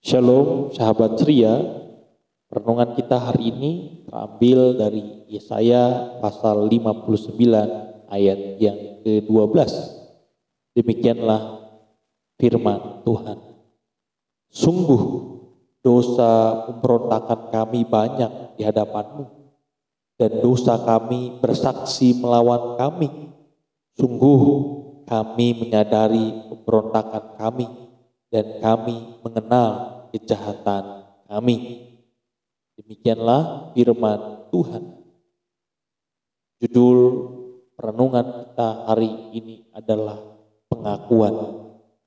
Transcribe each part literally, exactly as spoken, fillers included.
Shalom sahabat ceria, renungan kita hari ini terambil dari Yesaya pasal lima puluh sembilan ayat yang ke dua belas. Demikianlah firman Tuhan. Sungguh dosa pemberontakan kami banyak di hadapan-Mu, dan dosa kami bersaksi melawan kami. Sungguh kami menyadari pemberontakan kami, dan kami mengenal kejahatan kami. Demikianlah firman Tuhan. Judul renungan kita hari ini adalah pengakuan.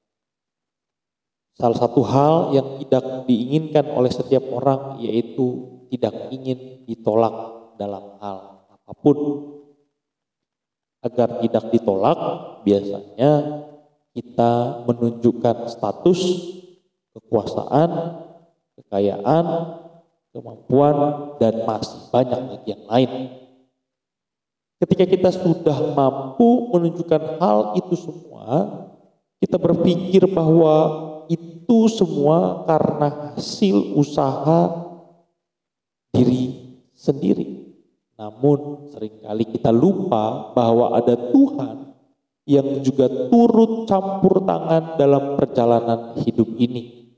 Salah satu hal yang tidak diinginkan oleh setiap orang yaitu tidak ingin ditolak dalam hal apapun. Agar tidak ditolak, biasanya kita menunjukkan status, kekuasaan, kekayaan, kemampuan, dan masih banyak lagi yang lain. Ketika kita sudah mampu menunjukkan hal itu semua, kita berpikir bahwa itu semua karena hasil usaha diri sendiri. Namun seringkali kita lupa bahwa ada Tuhan yang juga turut campur tangan dalam perjalanan hidup ini.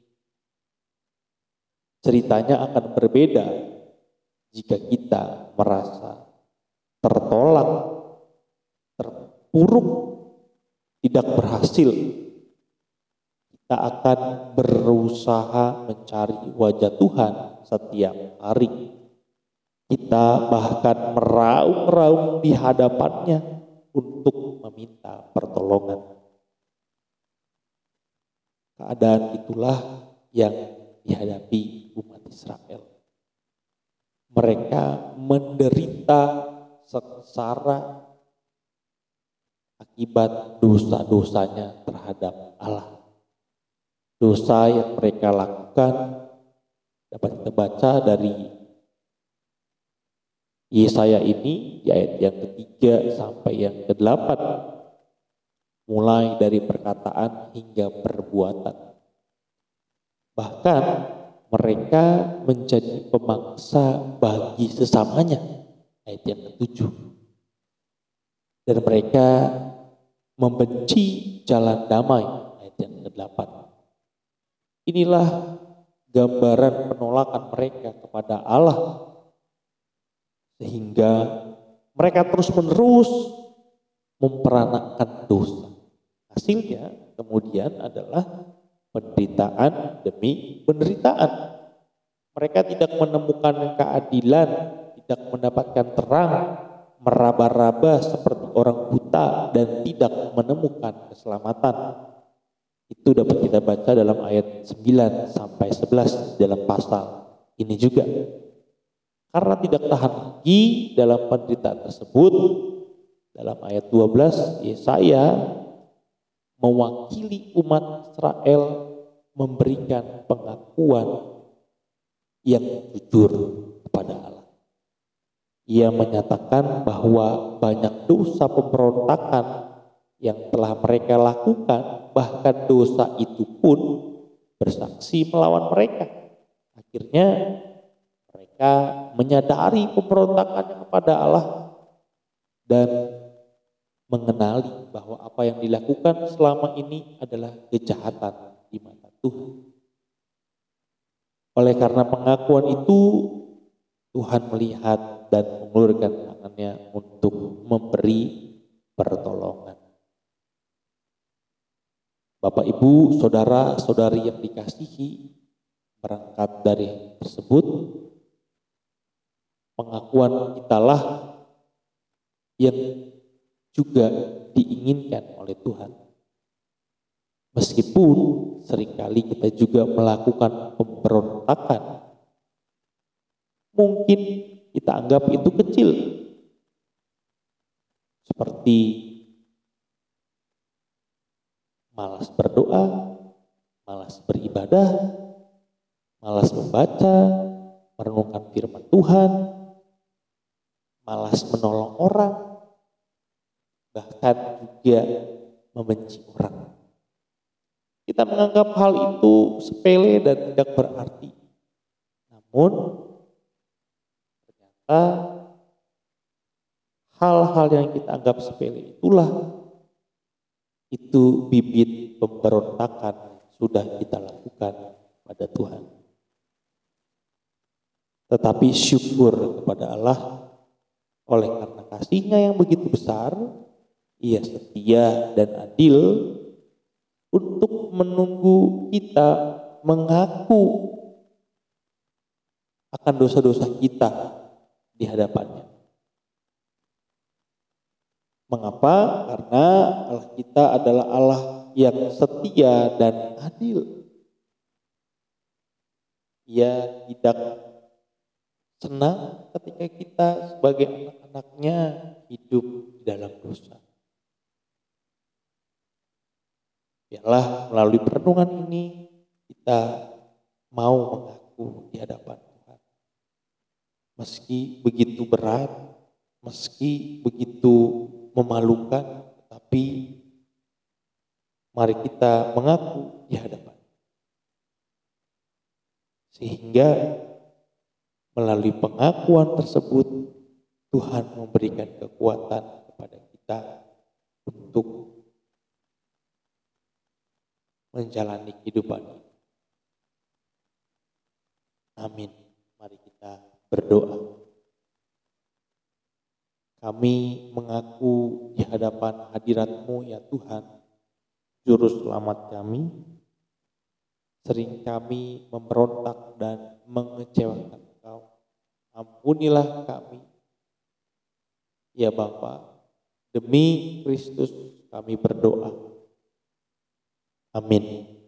Ceritanya akan berbeda jika kita merasa tertolak, terpuruk, tidak berhasil. Kita akan berusaha mencari wajah Tuhan setiap hari. Kita bahkan meraung-raung di hadapannya untuk meminta pertolongan. Keadaan itulah yang dihadapi umat Israel. Mereka menderita sengsara akibat dosa-dosanya terhadap Allah. Dosa yang mereka lakukan dapat kita baca dari Yesaya ini di ayat yang ketiga sampai yang kedelapan, mulai dari perkataan hingga perbuatan. Bahkan mereka menjadi pemangsa bagi sesamanya, ayat yang ketujuh. Dan mereka membenci jalan damai, ayat yang kedelapan. Inilah gambaran penolakan mereka kepada Allah, sehingga mereka terus-menerus memperanakkan dosa. Hasilnya kemudian adalah penderitaan demi penderitaan. Mereka tidak menemukan keadilan, tidak mendapatkan terang, meraba-raba seperti orang buta, dan tidak menemukan keselamatan. Itu dapat kita baca dalam ayat sembilan sampai sebelas dalam pasal ini juga. Karena tidak tahan lagi dalam penderitaan tersebut, dalam ayat dua belas Yesaya mewakili umat Israel memberikan pengakuan yang jujur kepada Allah. Ia menyatakan bahwa banyak dosa pemberontakan yang telah mereka lakukan, bahkan dosa itu pun bersaksi melawan mereka. Akhirnya mereka menyadari pemberontakannya kepada Allah dan mengenali bahwa apa yang dilakukan selama ini adalah kejahatan di mata Tuhan. Oleh karena pengakuan itu, Tuhan melihat dan mengulurkan tangannya untuk memberi pertolongan. Bapak, Ibu, saudara-saudari yang dikasihi, berangkat dari tersebut, pengakuan kitalah yang juga diinginkan oleh Tuhan. Meskipun seringkali kita juga melakukan pemberontakan, mungkin kita anggap itu kecil, seperti malas berdoa, malas beribadah, malas membaca, merenungkan firman Tuhan, malas menolong orang, bahkan juga membenci orang. Kita menganggap hal itu sepele dan tidak berarti. Namun ternyata hal-hal yang kita anggap sepele itulah itu bibit pemberontakan sudah kita lakukan pada Tuhan. Tetapi syukur kepada Allah, oleh karena kasih-Nya yang begitu besar, Ia setia dan adil untuk menunggu kita mengaku akan dosa-dosa kita di hadapannya. Mengapa? Karena Allah kita adalah Allah yang setia dan adil. Ia tidak senang ketika kita sebagai anak-anaknya hidup di dalam dosa. Biarlah melalui perenungan ini kita mau mengaku di hadapan Tuhan. Meski begitu berat, meski begitu memalukan, tetapi mari kita mengaku di hadapan. Sehingga melalui pengakuan tersebut Tuhan memberikan kekuatan kepada kita untuk menjalani kehidupan ini. Amin. Mari kita berdoa. Kami mengaku di hadapan hadirat-Mu ya Tuhan, Juru Selamat kami. Sering kami memberontak dan mengecewakan Engkau. Ampunilah kami. Ya Bapa, demi Kristus kami berdoa. Amin.